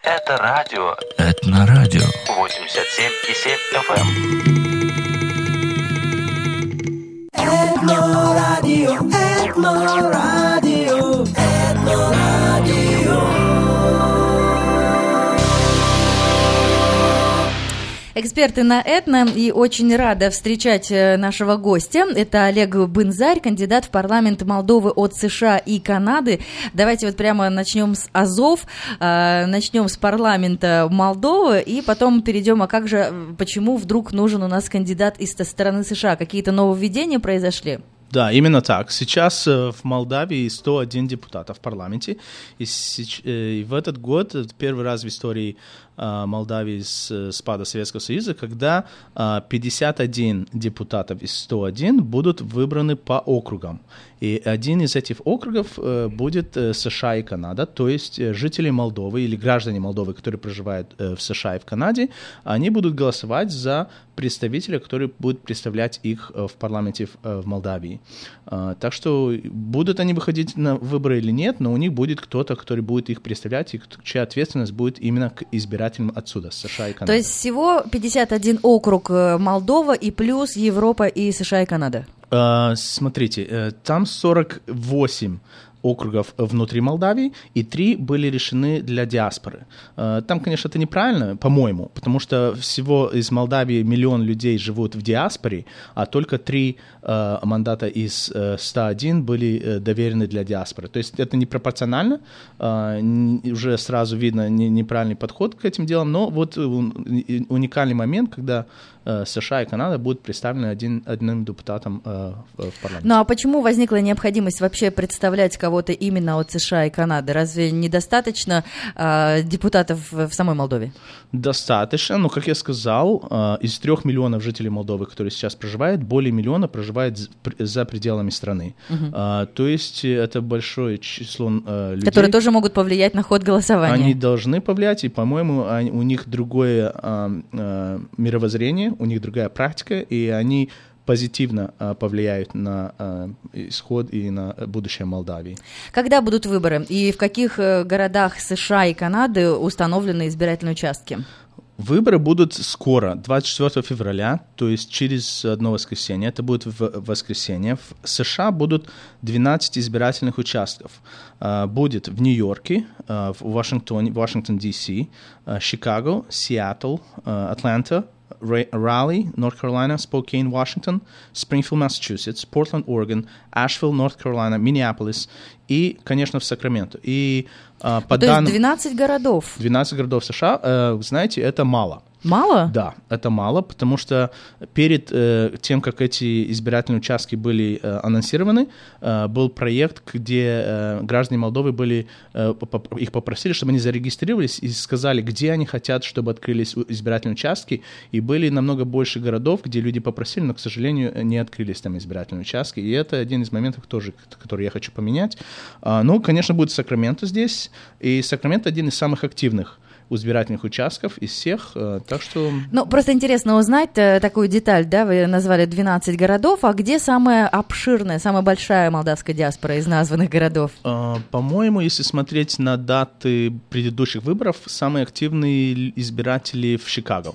Это радио. Этнорадио. 87,7 FM. Этнорадио, Этнорадио, Этнорадио. Эксперты на Этно, и очень рада встречать нашего гостя. Это Олег Бынзарь, кандидат в парламент Молдовы от США и Канады. Давайте вот прямо начнем с азов, начнем с парламента Молдовы, и потом перейдем, почему вдруг нужен у нас кандидат из страны США? Какие-то нововведения произошли? Да, именно так. Сейчас в Молдавии 101 депутата в парламенте, и в этот год первый раз в истории Молдавии с спада Советского Союза, когда 51 депутатов из 101 будут выбраны по округам. И один из этих округов будет США и Канада, то есть жители Молдовы или граждане Молдовы, которые проживают в США и в Канаде, они будут голосовать за представителя, который будет представлять их в парламенте в Молдавии. Так что будут они выходить на выборы или нет, но у них будет кто-то, который будет их представлять, и чья ответственность будет именно к избирателям отсюда, с США и Канады. То есть всего 51 округ Молдова и плюс Европа и США и Канада? Смотрите, там 48 округов внутри Молдавии, и 3 были решены для диаспоры. Там, конечно, это неправильно, по-моему, потому что всего из Молдавии 1 миллион людей живут в диаспоре, а только 3 мандата из 101 были доверены для диаспоры. То есть это непропорционально, уже сразу видно неправильный подход к этим делам, но вот уникальный момент, когда США и Канада будут представлены одним депутатом в парламенте. Ну а почему возникла необходимость вообще представлять кого-то именно от США и Канады? Разве недостаточно депутатов в самой Молдове? Достаточно, но, как я сказал, из 3 миллионов жителей Молдовы, которые сейчас проживают, более миллиона проживает за пределами страны. То есть это большое число людей. Которые тоже могут повлиять на ход голосования. Они должны повлиять, и, по-моему, у них другое мировоззрение, у них другая практика, и они позитивно повлияют на исход и на будущее Молдавии. Когда будут выборы? И в каких городах США и Канады установлены избирательные участки? Выборы будут скоро, 24 февраля, то есть через одно воскресенье. Это будет в воскресенье. В США будут 12 избирательных участков. Будет в Нью-Йорке, в Вашингтон, Д.С., Чикаго, Сиэтл, Атланта, Raleigh, North Carolina, Spokane, Washington, Springfield, Massachusetts, Portland, Oregon, Asheville, North Carolina, Minneapolis и, конечно, в Сакраменто. И то есть 12 городов. 12 городов США, знаете, это мало. Мало? Да, это мало, потому что перед тем, как эти избирательные участки были анонсированы, был проект, где граждане Молдовы их попросили, чтобы они зарегистрировались и сказали, где они хотят, чтобы открылись избирательные участки, и были намного больше городов, где люди попросили, но, к сожалению, не открылись там избирательные участки, и это один из моментов тоже, который я хочу поменять. Ну, конечно, будет Сакраменто здесь, и Сакраменто один из самых активных избирательных участков из всех, так что... Ну, просто интересно узнать такую деталь, да, вы назвали 12 городов, а где самая обширная, самая большая молдавская диаспора из названных городов? По-моему, если смотреть на даты предыдущих выборов, самые активные избиратели в Чикаго.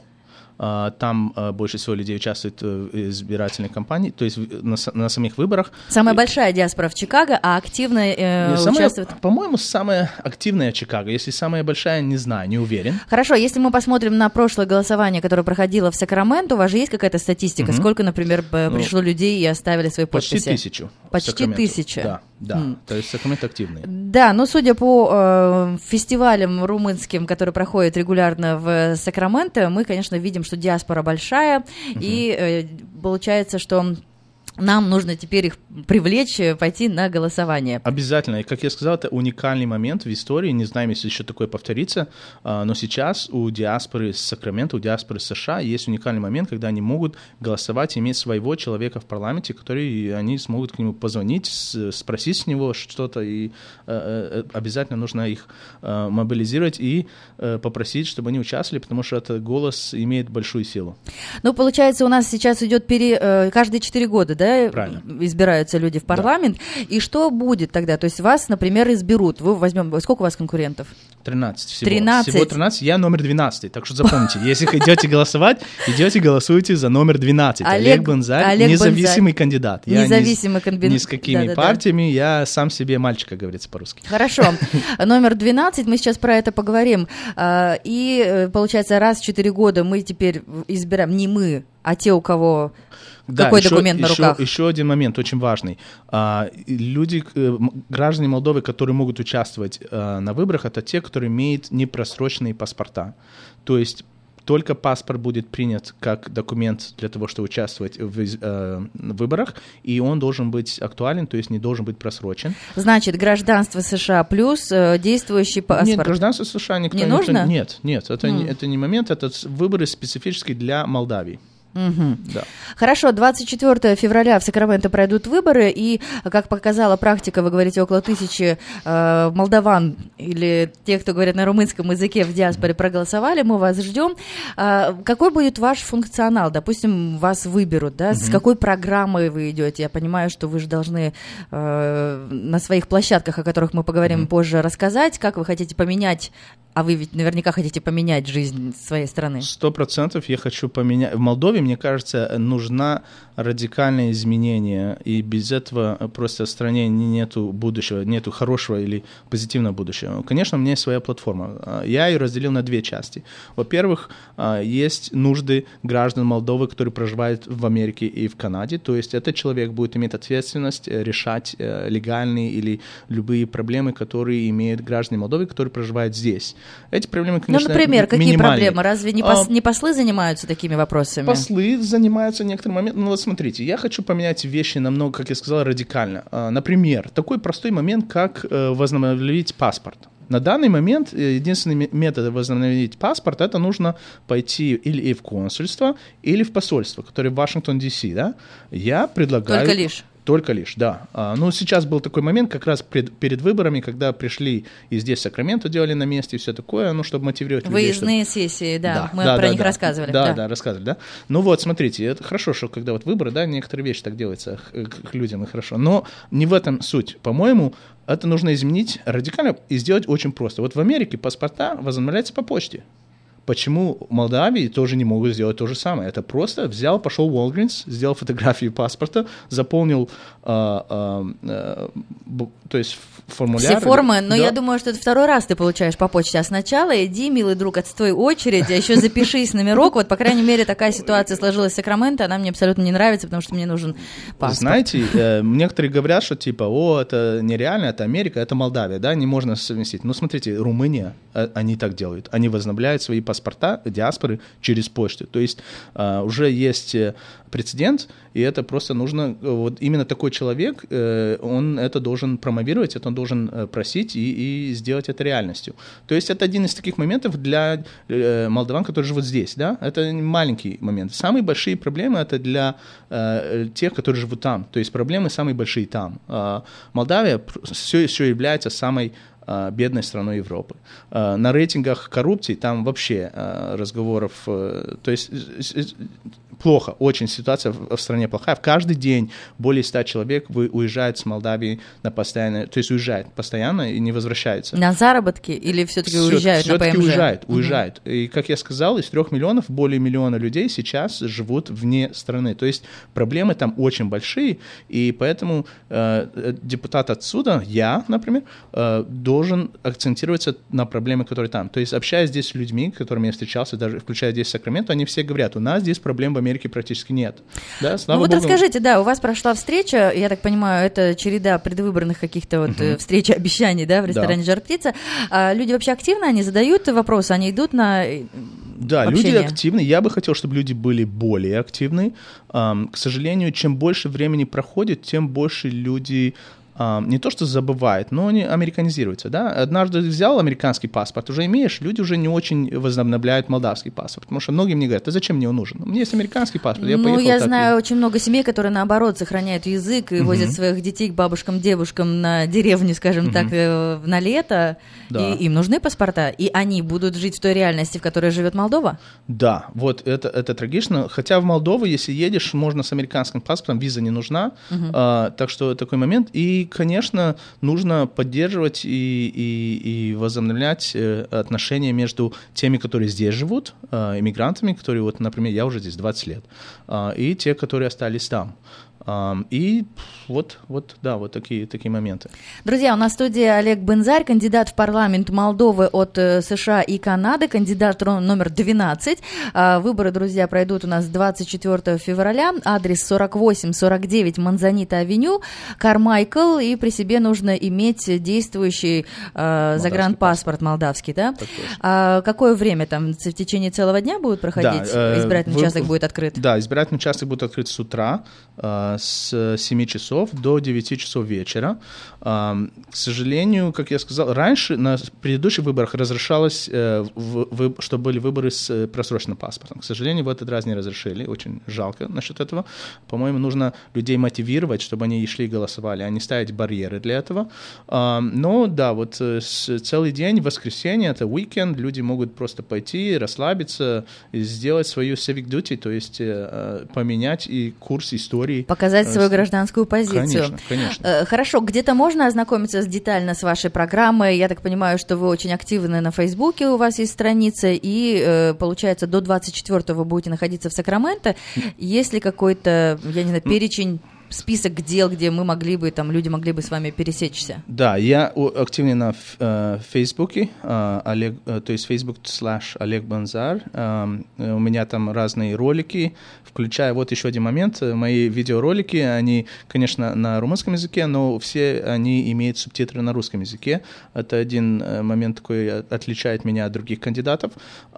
Там больше всего людей участвует в избирательной кампании, то есть на самих выборах. Самая большая диаспора в Чикаго, а активно участвует... По-моему, самая активная Чикаго. Если самая большая, не знаю, не уверен. Хорошо, если мы посмотрим на прошлое голосование, которое проходило в Сакраменто, у вас же есть какая-то статистика? Сколько, например, пришло людей и оставили свои подписи? Почти 1000. Да. То есть Сакраменто активный. Да, но судя по фестивалям румынским, которые проходят регулярно в Сакраменто, мы, конечно, видим, что диаспора большая, и получается, что нам нужно теперь их привлечь, пойти на голосование. Обязательно. И, как я сказал, это уникальный момент в истории. Не знаем, если еще такое повторится. Но сейчас у диаспоры Сакрамента, у диаспоры США есть уникальный момент, когда они могут голосовать, иметь своего человека в парламенте, который они смогут к нему позвонить, спросить с него что-то. И обязательно нужно их мобилизировать и попросить, чтобы они участвовали, потому что этот голос имеет большую силу. Ну, получается, у нас сейчас идет каждые 4 года, да, Правильно. избираются люди в парламент. И что будет тогда? То есть вас, например, изберут. Сколько у вас конкурентов? 13 всего. 13. Всего 13. Я номер 12. Так что запомните, если идете голосовать, голосуйте за номер 12. Олег Бензарь, независимый кандидат. Независимый кандидат. Ни с какими партиями, я сам себе мальчик, как говорится по-русски. Хорошо. Номер 12, мы сейчас про это поговорим. И, получается, раз в 4 года мы теперь избираем, не мы, а те, у кого... Да, какой документ на руках? Еще один момент очень важный. Люди, граждане Молдовы, которые могут участвовать на выборах, это те, которые имеют непросроченные паспорта. То есть только паспорт будет принят как документ для того, чтобы участвовать в выборах, и он должен быть актуален, то есть не должен быть просрочен. Значит, гражданство США плюс действующий паспорт. Нет, гражданство США не нужно? Нет, это не момент, это выборы специфические для Молдавии. Угу. Да. Хорошо, 24 февраля в Сакраменто пройдут выборы, и, как показала практика, вы говорите, около 1000 молдаван или тех, кто говорит на румынском языке в диаспоре, проголосовали, мы вас ждем. Какой будет ваш функционал? Допустим, вас выберут, да? С какой программой вы идете? Я понимаю, что вы же должны на своих площадках, о которых мы поговорим позже, рассказать, как вы хотите поменять, а вы ведь наверняка хотите поменять жизнь своей страны. 100% я хочу поменять. В Молдове, мне кажется, нужна радикальное изменение, и без этого просто в стране нету будущего, нету хорошего или позитивного будущего. Конечно, у меня есть своя платформа. Я ее разделил на две части. Во-первых, есть нужды граждан Молдовы, которые проживают в Америке и в Канаде, то есть этот человек будет иметь ответственность решать легальные или любые проблемы, которые имеют граждане Молдовы, которые проживают здесь. Эти проблемы, конечно, например, какие минимальные. проблемы? Разве не послы занимаются такими вопросами? Послы занимаются некоторым моментом. Ну вот смотрите, я хочу поменять вещи намного, как я сказал, радикально. Например, такой простой момент, как возобновить паспорт. На данный момент единственный метод возобновить паспорт, это нужно пойти или в консульство, или в посольство, которое в Вашингтон, Д.С., да? Я предлагаю... Только лишь, да. Ну, сейчас был такой момент, как раз перед выборами, когда пришли и здесь в Сакраменто делали на месте и все такое, ну, чтобы мотивировать людей. Выездные сессии, да, мы про них рассказывали. Да, рассказывали, да. Ну вот, смотрите, это хорошо, что когда вот выборы, да, некоторые вещи так делаются к людям, и хорошо. Но не в этом суть. По-моему, это нужно изменить радикально и сделать очень просто. Вот в Америке паспорта возобновляются по почте. Почему в Молдавии тоже не могут сделать то же самое? Это просто взял, пошел в Walgreens, сделал фотографию паспорта, заполнил, то есть формуляр. Все формы, но я думаю, что это второй раз ты получаешь по почте. А сначала иди, милый друг, отстой очередь, а еще запишись номерок. Вот, по крайней мере, такая ситуация сложилась в Сакраменто, она мне абсолютно не нравится, потому что мне нужен паспорт. Знаете, некоторые говорят, что типа, это нереально, это Америка, это Молдавия, да, не можно совместить. Но смотрите, Румыния, они так делают, они возобновляют свои паспорта диаспоры через почту. То есть уже есть прецедент, и это просто нужно, вот именно такой человек, он это должен промовировать, это он должен просить и сделать это реальностью. То есть это один из таких моментов для молдаван, которые живут здесь, да, это маленький момент. Самые большие проблемы это для тех, которые живут там, то есть проблемы самые большие там. Молдавия все еще является самой бедной страной Европы. На рейтингах коррупции там вообще разговоров, то есть плохо, очень ситуация в стране плохая. В каждый день более 100 человек уезжают с Молдавии на постоянное, то есть уезжают постоянно и не возвращаются. На заработки или все-таки уезжают на ПМЖ? Все-таки уезжают. И, как я сказал, из 3 миллионов более миллиона людей сейчас живут вне страны. То есть проблемы там очень большие, и поэтому депутат отсюда, я, например, должен акцентироваться на проблемы, которые там. То есть, общаясь здесь с людьми, с которыми я встречался, даже включая здесь Сакраменто, они все говорят, у нас здесь проблем в Америке практически нет. Да, слава вот Богу. Расскажите, да, у вас прошла встреча, я так понимаю, это череда предвыборных каких-то вот встреч и обещаний, да, в ресторане «Жар-птица». А люди вообще активно, они задают вопросы, они идут на Да, общение? Люди активны. Я бы хотел, чтобы люди были более активны. К сожалению, чем больше времени проходит, тем больше люди не то что забывают, но они американизируются, да. Однажды взял американский паспорт, уже имеешь, люди уже не очень возобновляют молдавский паспорт, потому что многие мне говорят, а зачем мне он нужен? У меня есть американский паспорт, я поехал. Я знаю очень много семей, которые, наоборот, сохраняют язык и возят своих детей к бабушкам, дедушкам на деревню, скажем так, на лето, и им нужны паспорта, и они будут жить в той реальности, в которой живет Молдова? Да, вот это трагично, хотя в Молдову, если едешь, можно с американским паспортом, виза не нужна, так что такой момент, и, конечно, нужно поддерживать и возобновлять отношения между теми, которые здесь живут, иммигрантами, которые, вот, например, я уже здесь 20 лет, и те, которые остались там. И вот такие моменты. Друзья, у нас в студии Олег Бензарь, кандидат в парламент Молдовы от США и Канады, кандидат номер 12. Выборы, друзья, пройдут у нас 24 февраля. Адрес 4849 Манзанита-авеню, Кармайкл, и при себе нужно иметь действующий загранпаспорт молдавский, да? Какое время там, в течение целого дня будет проходить? Избирательный участок будет открыт? Да, избирательный участок будет открыт с утра, с 7 часов до 9 часов вечера. К сожалению, как я сказал, раньше на предыдущих выборах разрешалось, что были выборы с просроченным паспортом. К сожалению, в этот раз не разрешили. Очень жалко насчет этого. По-моему, нужно людей мотивировать, чтобы они шли и голосовали, а не ставить барьеры для этого. Но да, вот целый день, воскресенье, это уикенд, люди могут просто пойти, расслабиться, сделать свою civic duty, то есть поменять и курс истории. Показать свою гражданскую позицию. Конечно. Хорошо, где-то можно ознакомиться детально с вашей программой? Я так понимаю, что вы очень активны на Фейсбуке, у вас есть страница, и, получается, до 24-го вы будете находиться в Сакраменто. Есть ли какой-то, я не знаю, перечень, список дел, где мы могли бы, там, люди могли бы с вами пересечься? Да, я активен на Фейсбуке, то есть Facebook/Олег Бензарь. У меня там разные ролики, включая вот еще один момент. Мои видеоролики, они, конечно, на румынском языке, но все они имеют субтитры на русском языке. Это один момент, такой отличает меня от других кандидатов.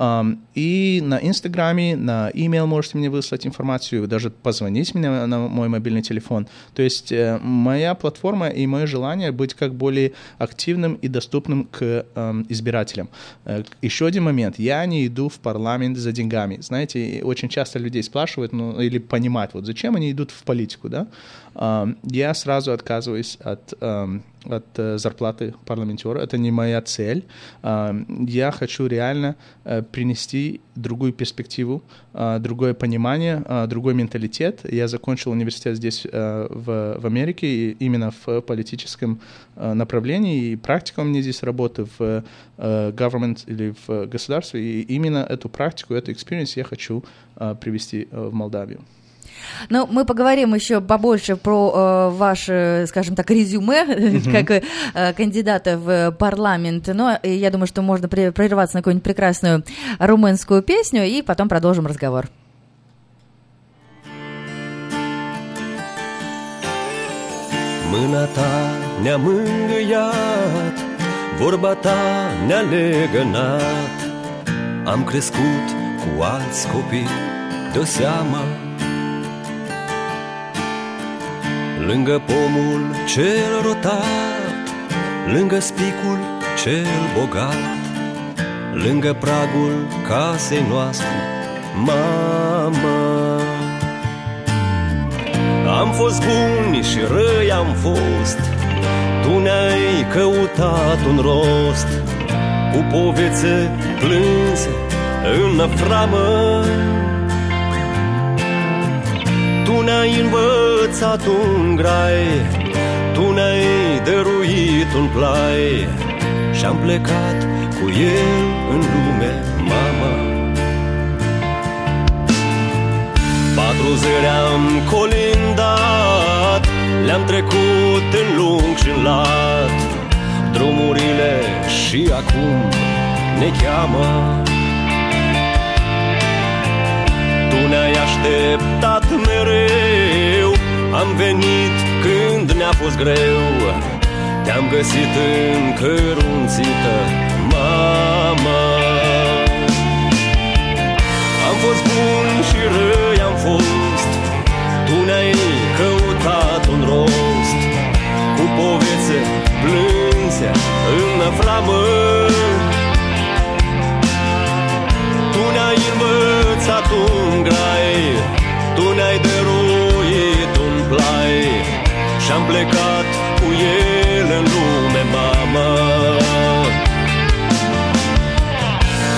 И на Инстаграме, на имейл можете мне выслать информацию, даже позвонить мне на мой мобильный телефон. То есть моя платформа и мое желание быть как более активным и доступным к избирателям. Еще один момент. Я не иду в парламент за деньгами. Знаете, очень часто людей спрашивают, или понимают, вот зачем они идут в политику, да? Я сразу отказываюсь от зарплаты парламентера. Это не моя цель. Я хочу реально принести другую перспективу, другое понимание, другой менталитет. Я закончил университет здесь, в Америке, и именно в политическом направлении, и практика у меня здесь работы в government или в государстве, и именно эту практику, эту experience я хочу привести в Молдавию. Ну, мы поговорим еще побольше про ваше, скажем так, резюме, как кандидата в парламент. Но я думаю, что можно прерваться на какую-нибудь прекрасную румынскую песню, и потом продолжим разговор. Mâna ta ne-a mângâiat, vorba ta ne-a legănat. Am crescut cu alți copii, dă seama. Lângă pomul cel rotat, lângă spicul cel bogat, lângă pragul casei noastre, mama. Am fost buni și răi am fost, tu ne-ai căutat un rost, cu povețe plânse în năframă. Tu ne-ai învățat un grai, tu ne-ai dăruit un plai, și-am plecat cu el în lume, mama. 40 am colindat, le-am trecut în lung și în lat, drumurile și acum ne cheamă. Tu ne-ai așteptat mereu, am venit când ne-a fost greu, te-am găsit încărunțită, mama. Am fost bun și răi am fost, tu ne-ai căutat un rost, cu povestea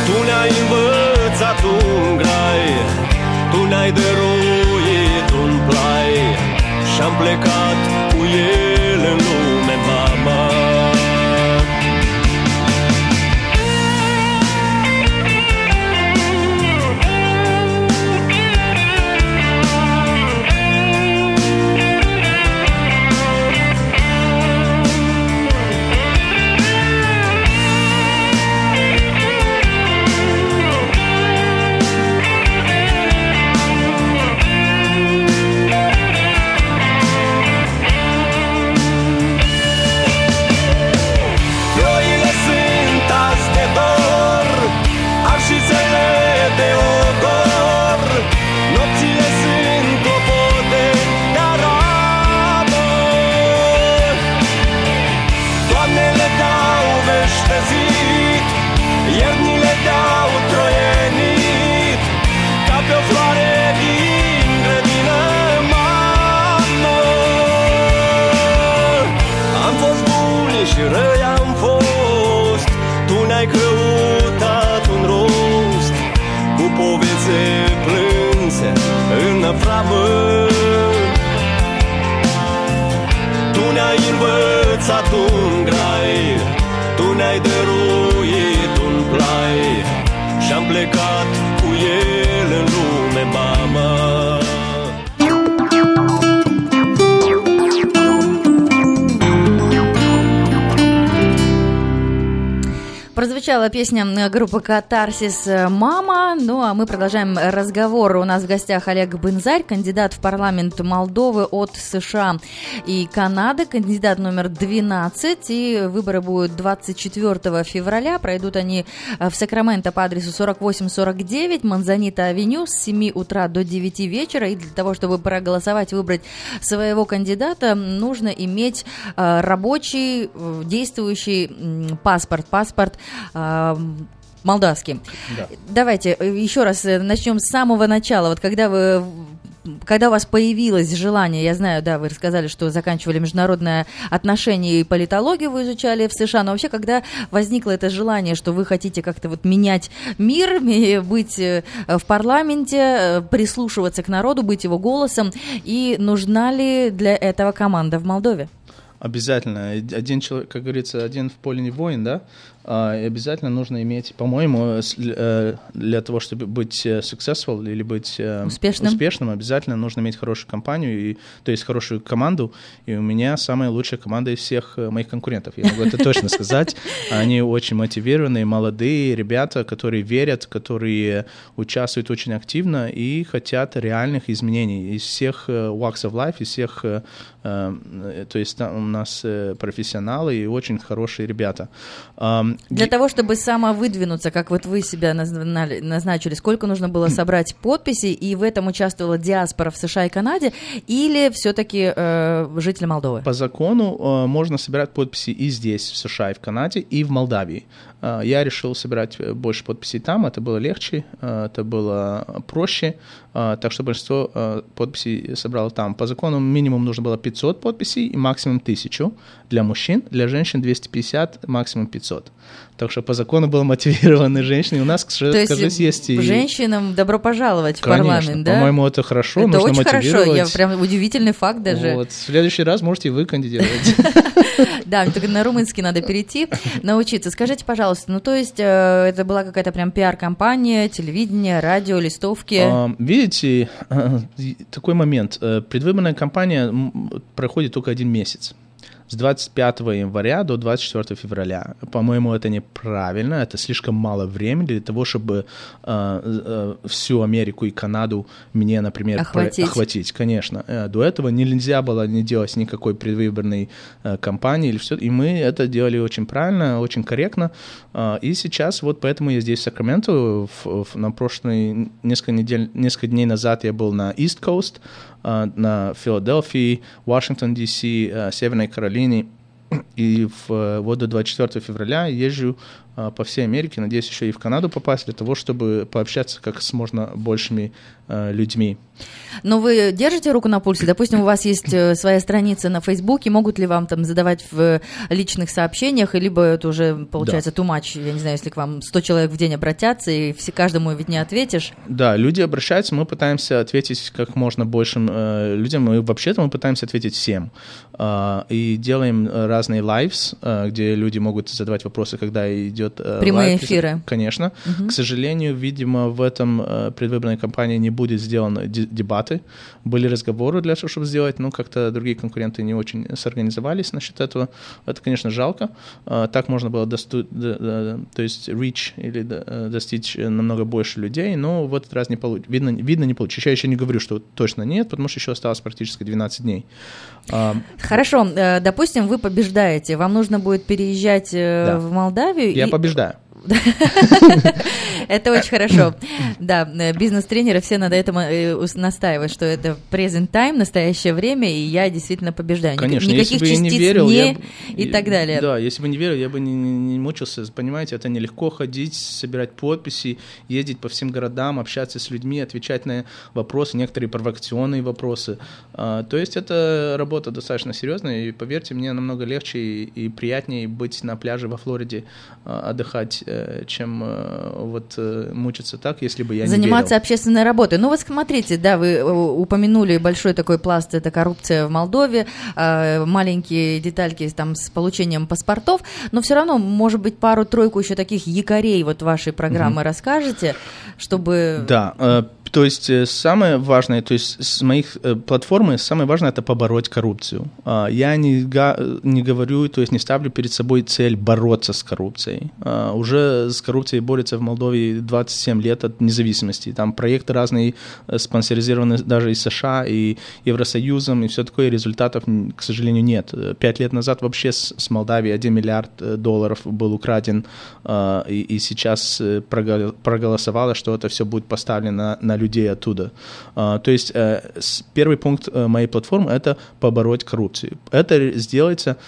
Tu ne-ai învățat un grai, tu ne-ai dăruit un plai și-am plecat cu el în lume, mama. Și răi am fost, tu ne-ai căutat un rost, cu povețe plânse în năframă. Tu ne-ai învățat un grai, tu ne-ai dăruit un plai și-am plecat cu el în lume, mama. Прозвучала песня группы «Катарсис» «Мама». Ну, а мы продолжаем разговор. У нас в гостях Олег Бынзарь, кандидат в парламент Молдовы от США и Канады, кандидат номер 12. И выборы будут 24 февраля. Пройдут они в Сакраменто по адресу 4849 Манзанита-авеню с 7 утра до 9 вечера. И для того, чтобы проголосовать, выбрать своего кандидата, нужно иметь рабочий, действующий паспорт молдавский. Да. Давайте еще раз начнем с самого начала. Вот когда у вас появилось желание, я знаю, да, вы рассказали, что заканчивали международные отношения и политологию вы изучали в США, но вообще, когда возникло это желание, что вы хотите как-то вот менять мир, быть в парламенте, прислушиваться к народу, быть его голосом, и нужна ли для этого команда в Молдове? Обязательно. Один человек, как говорится, один в поле не воин, да? И обязательно нужно иметь, по-моему, для того, чтобы быть successful или быть успешным, обязательно нужно иметь хорошую компанию, то есть хорошую команду. И у меня самая лучшая команда из всех моих конкурентов. Я могу это точно сказать. Они очень мотивированные, молодые ребята, которые верят, которые участвуют очень активно и хотят реальных изменений из всех walks of life, из всех, то есть у нас профессионалы и очень хорошие ребята. Для того, чтобы самовыдвинуться, как вот вы себя назначили, сколько нужно было собрать подписей, и в этом участвовала диаспора в США и Канаде, или все-таки жители Молдовы? По закону можно собирать подписи и здесь, в США, и в Канаде, и в Молдавии. Я решил собирать больше подписей там, это было легче, это было проще, так что большинство подписей собрало там. По закону минимум нужно было 500 подписей и максимум 1000 для мужчин, для женщин 250, максимум 500. Так что по закону было мотивированы женщины. У нас, кажется, есть и... женщинам добро пожаловать в парламент, да? По-моему, это хорошо, это нужно очень мотивировать. Хорошо, прям удивительный факт даже. Вот. В следующий раз можете и вы кандидировать. Да, только на румынский надо перейти, научиться. Скажите, пожалуйста, ну то есть это была какая-то прям пиар-компания, телевидение, радио, листовки? Видите, такой момент. Предвыборная кампания проходит только 1 месяц. С 25 января до 24 февраля. По-моему, это неправильно, это слишком мало времени для того, чтобы всю Америку и Канаду мне, например, охватить. Конечно. До этого нельзя было не делать никакой предвыборной кампании или все. И мы это делали очень правильно, очень корректно. И сейчас вот поэтому я здесь в Сакраменто. На прошлые несколько дней назад я был на East Coast, на Филадельфии, Вашингтон, Д.С., Северной Каролине. И вот до 24 февраля езжу по всей Америке, надеюсь, еще и в Канаду попасть, для того, чтобы пообщаться как с можно большими людьми. Но вы держите руку на пульсе? Допустим, у вас есть своя страница на Фейсбуке, могут ли вам там задавать в личных сообщениях, либо это уже, получается, too much, я не знаю, если к вам 100 человек в день обратятся, и каждому ведь не ответишь? Да, люди обращаются, мы пытаемся ответить как можно большим людям, и вообще-то мы пытаемся ответить всем. И делаем разные лайвс, где люди могут задавать вопросы, когда идет прямые эфиры. Конечно. К сожалению, видимо, в этом предвыборной кампании не будет сделаны дебаты. Были разговоры для того, чтобы сделать, но как-то другие конкуренты не очень сорганизовались насчет этого. Это, конечно, жалко. Так можно было то есть reach или достичь намного больше людей, но в этот раз не получится. Видно, не получится. Я еще не говорю, что точно нет, потому что еще осталось практически 12 дней. Хорошо, допустим, вы побеждаете, вам нужно будет переезжать в Молдавию. Я побеждаю. Это очень хорошо. Да, бизнес-тренеры все над этим настаивают, что это present time, настоящее время, и я действительно побеждаю. Конечно, никаких если бы частиц не верил, и так далее. Да, если бы не верил, я бы не мучился. Понимаете, это нелегко ходить, собирать подписи, ездить по всем городам, общаться с людьми, отвечать на вопросы, некоторые провокационные вопросы. То есть это работа достаточно серьезная, и поверьте мне, намного легче и приятнее быть на пляже во Флориде, отдыхать, чем мучиться так, если бы я не верил. Заниматься общественной работой. Ну вот смотрите, да, вы упомянули большой такой пласт, это коррупция в Молдове, маленькие детальки там с получением паспортов, но все равно, может быть, пару-тройку еще таких якорей вот вашей программы расскажете, чтобы... Да, то есть самое важное, то есть с моих платформы самое важное — это побороть коррупцию. Я не говорю, то есть не ставлю перед собой цель бороться с коррупцией. Уже с коррупцией борется в Молдове 27 лет от независимости. Там проекты разные спонсоризированы даже из США и Евросоюзом, и все такое, результатов, к сожалению, нет. 5 лет назад вообще с Молдавии $1 миллиард был украден, и сейчас проголосовало, что это все будет поставлено на людей оттуда. То есть первый пункт моей платформы — это побороть коррупцию. Это сделается,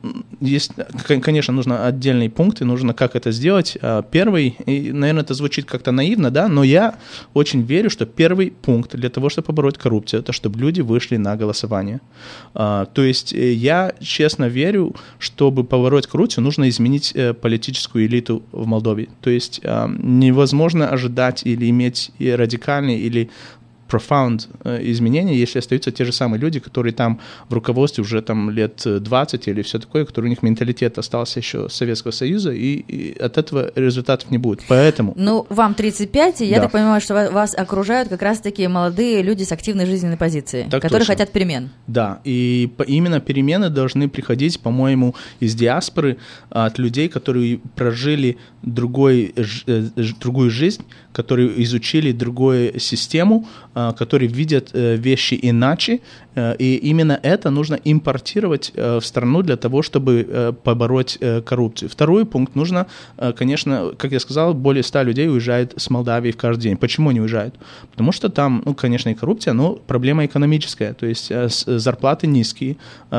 конечно, нужно отдельные пункты, нужно как это сделать. Первый, и, наверное, это звучит как-то наивно, да, но я очень верю, что первый пункт для того, чтобы побороть коррупцию, это чтобы люди вышли на голосование. То есть я честно верю, чтобы побороть коррупцию, нужно изменить политическую элиту в Молдове. То есть невозможно ожидать или иметь радикальные или profound изменения, если остаются те же самые люди, которые там в руководстве уже там лет 20 или все такое, который у них менталитет остался еще Советского Союза, и от этого результатов не будет. Поэтому... Ну, вам 35, и я так понимаю, что вас окружают как раз-таки молодые люди с активной жизненной позицией, так которые точно. хотят перемен. Да, и именно перемены должны приходить, по-моему, из диаспоры, от людей, которые прожили другую жизнь, которые изучили другую систему, которые видят вещи иначе, и именно это нужно импортировать в страну для того, чтобы побороть коррупцию. Второй пункт: нужно, конечно, как я сказал, более 100 людей уезжает с Молдавии в каждый день. Почему они уезжают? Потому что там, конечно, и коррупция, но проблема экономическая, то есть зарплаты низкие,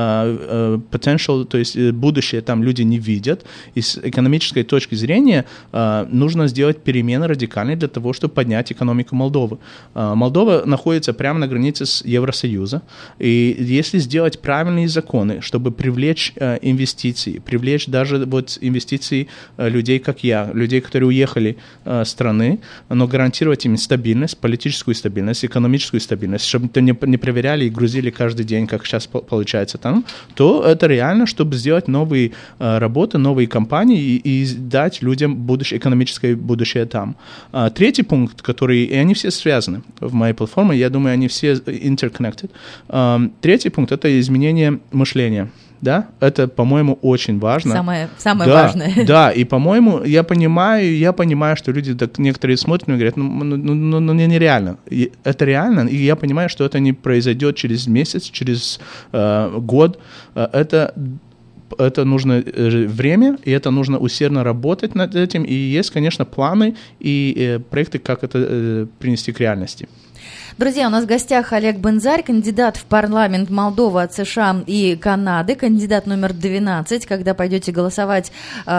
potential, то есть будущее там люди не видят, и с экономической точки зрения нужно сделать перемены радикальные для того, чтобы поднять экономику Молдовы. Молдова находится прямо на границе с Евросоюзом, и если сделать правильные законы, чтобы привлечь инвестиции, привлечь даже вот инвестиции людей, как я, людей, которые уехали с страны, но гарантировать им стабильность, политическую стабильность, экономическую стабильность, чтобы это не проверяли и грузили каждый день, как сейчас получается там, то это реально, чтобы сделать новые работы, новые компании и дать людям экономическое будущее там. Третий пункт, и они все связаны в моей платформе, я думаю, они все interconnected. Третий пункт — это изменение мышления. Да, это, по-моему, очень важно. Самое важное. Да, и, по-моему, я понимаю, что люди так, некоторые смотрят и говорят, ну нереально. И это реально, и я понимаю, что это не произойдет через месяц, через год. Это нужно время, и это нужно усердно работать над этим. И есть, конечно, планы и проекты, как это принести к реальности. Друзья, у нас в гостях Олег Бензарь, кандидат в парламент Молдовы от США и Канады, кандидат номер 12. Когда пойдете голосовать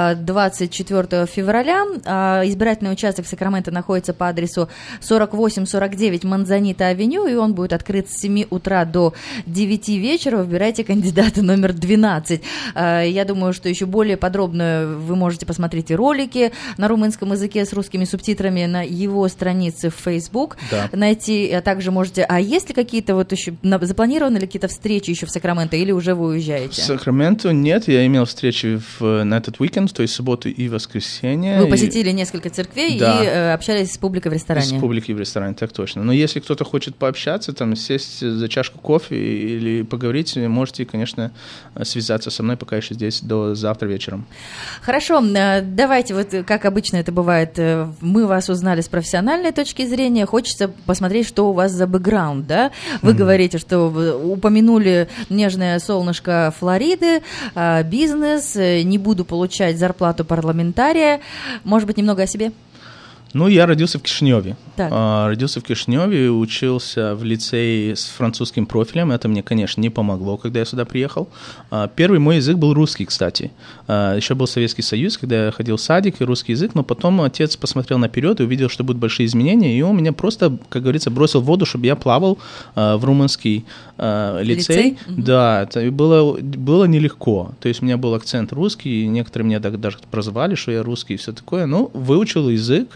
24 февраля, избирательный участок в Сакраменто находится по адресу 4849 Манзанита-авеню, и он будет открыт с 7 утра до 9 вечера. Выбирайте кандидата номер 12. Я думаю, что еще более подробно вы можете посмотреть и ролики на румынском языке с русскими субтитрами на его странице в Facebook. Да. Найти, также можете... А есть ли какие-то вот еще... Запланированы ли какие-то встречи еще в Сакраменто, или уже вы уезжаете? В Сакраменто нет, я имел встречи на этот уикенд, то есть субботу и воскресенье. Вы посетили несколько церквей, да, и общались с публикой в ресторане? С публикой в ресторане, так точно. Но если кто-то хочет пообщаться, там, сесть за чашку кофе или поговорить, можете, конечно, связаться со мной, пока еще здесь, до завтра вечером. Хорошо, давайте, вот как обычно это бывает, мы вас узнали с профессиональной точки зрения, хочется посмотреть, что у вас за бэкграунд, да? Вы говорите, что упомянули нежное солнышко Флориды, бизнес, не буду получать зарплату парламентария. Может быть, немного о себе? Ну, я родился в Кишиневе. Так. Родился в Кишиневе, учился в лицее с французским профилем. Это мне, конечно, не помогло, когда я сюда приехал. Первый мой язык был русский, кстати. Еще был Советский Союз, когда я ходил в садик, и русский язык. Но потом отец посмотрел наперед и увидел, что будут большие изменения. И он меня просто, как говорится, бросил в воду, чтобы я плавал в румынский лицей. Да, это было нелегко. То есть у меня был акцент русский, и некоторые меня даже прозвали, что я русский и все такое. Ну, выучил язык,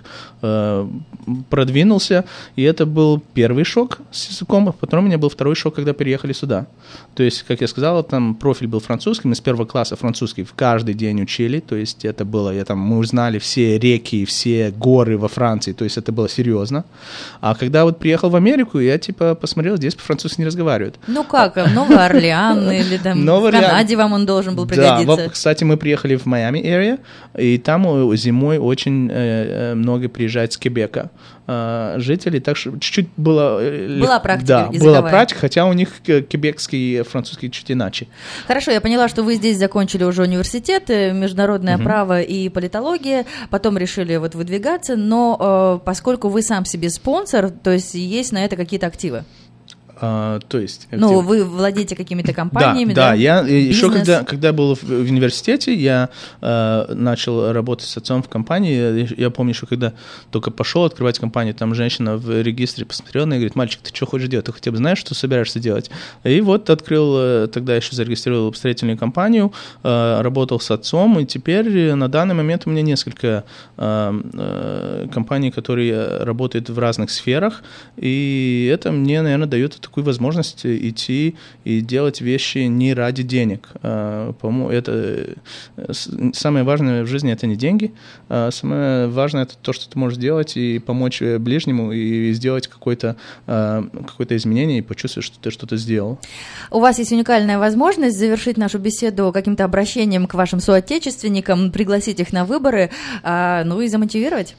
продвинулся, и это был первый шок с языком, а потом у меня был второй шок, когда переехали сюда. То есть, как я сказал, там профиль был французский, мы с первого класса французский каждый день учили, то есть это было, мы узнали все реки, все горы во Франции, то есть это было серьезно. А когда вот приехал в Америку, я посмотрел, здесь по-французски не разговаривают. Ну как, Новый Орлеан или там в Канаде вам он должен был пригодиться? Да, кстати, мы приехали в Майами area, и там зимой очень много приезжает с Квебека жителей, так что чуть-чуть была практика, да, языковая. Была практика, хотя у них квебекский, французский чуть иначе. Хорошо, я поняла, что вы здесь закончили уже университет, международное право и политология, потом решили вот выдвигаться, но поскольку вы сам себе спонсор, то есть на это какие-то активы? То есть... Ну, вы владеете какими-то компаниями, да? Да, я еще когда был в университете, я начал работать с отцом в компании. Я помню, что когда только пошел открывать компанию, там женщина в регистре посмотрела на меня и говорит: мальчик, ты что хочешь делать? Ты хотя бы знаешь, что собираешься делать? И вот открыл, тогда еще зарегистрировал строительную компанию, работал с отцом, и теперь на данный момент у меня несколько компаний, которые работают в разных сферах, и это мне, наверное, дает такую возможность идти и делать вещи не ради денег. По-моему, это самое важное в жизни — это не деньги. Самое важное — это то, что ты можешь делать и помочь ближнему, и сделать какое-то изменение, и почувствовать, что ты что-то сделал. У вас есть уникальная возможность завершить нашу беседу каким-то обращением к вашим соотечественникам, пригласить их на выборы, ну и замотивировать.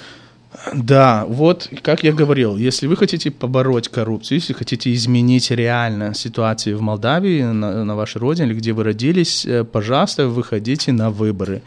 Да, вот, как я говорил, если вы хотите побороть коррупцию, если хотите изменить реально ситуацию в Молдавии, на вашей родине, или где вы родились, пожалуйста, выходите на выборы.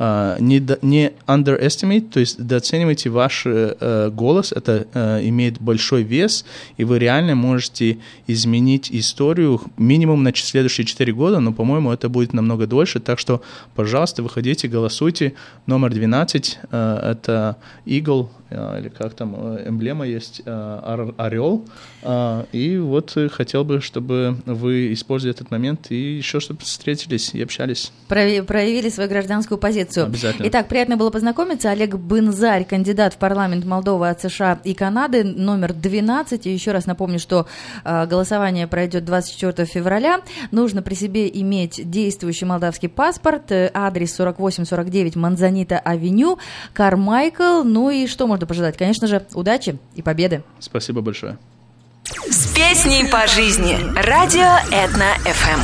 Не underestimate, то есть недооценивайте ваш голос, это имеет большой вес, и вы реально можете изменить историю минимум на следующие 4 года, но, по-моему, это будет намного дольше, так что, пожалуйста, выходите, голосуйте. Номер 12 – это Eagle, или как там эмблема есть, орел. И вот хотел бы, чтобы вы использовали этот момент и еще чтобы встретились и общались. Проявили свою гражданскую позицию. Обязательно. Итак, приятно было познакомиться. Олег Бензарь, кандидат в парламент Молдовы от США и Канады, номер 12. И еще раз напомню, что голосование пройдет 24 февраля. Нужно при себе иметь действующий молдавский паспорт, адрес 4849 Манзанита-авеню, Кармайкл. Ну и что можно пожелать? Конечно же, удачи и победы. Спасибо большое. С песней по жизни. Радио Этно-ФМ.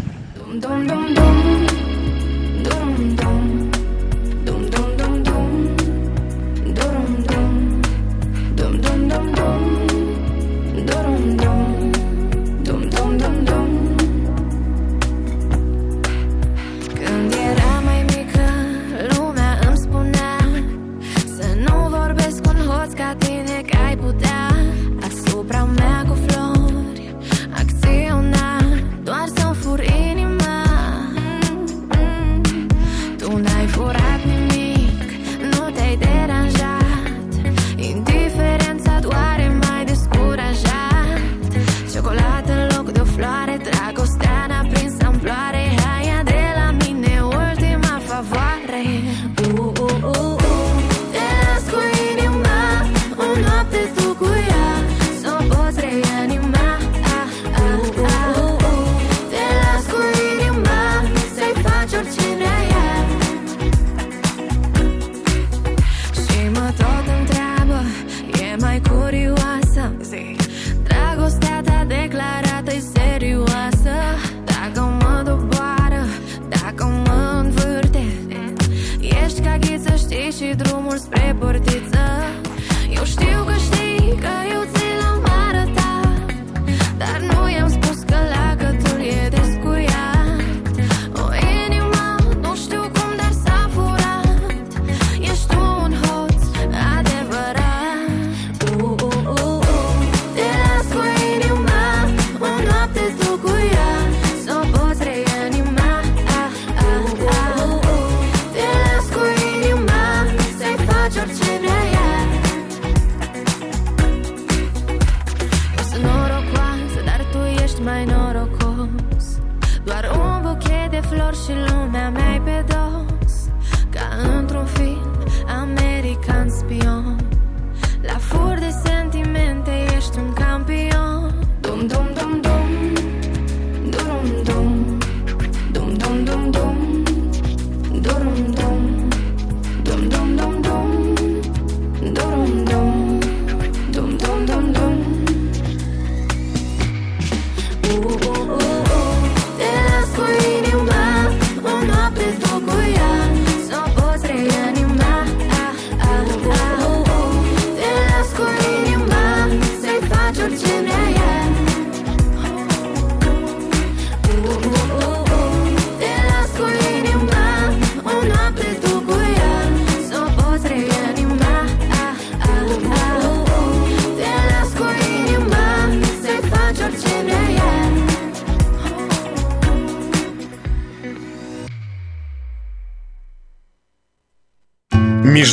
Când era mai mică, lumea îmi spunea să nu vorbesc cu un hoț ca tine, că ai putea.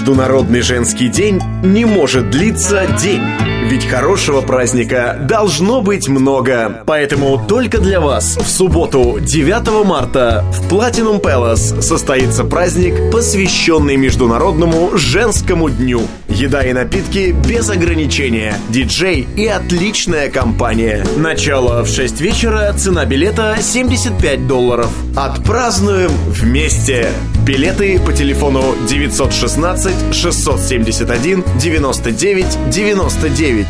Международный женский день не может длиться день. Ведь хорошего праздника должно быть много. Поэтому только для вас в субботу 9 марта в Platinum Palace состоится праздник, посвященный Международному женскому дню. Еда и напитки без ограничения, диджей и отличная компания. Начало в 6 вечера, цена билета $75. Отпразднуем вместе. Билеты по телефону 916 671 99 99.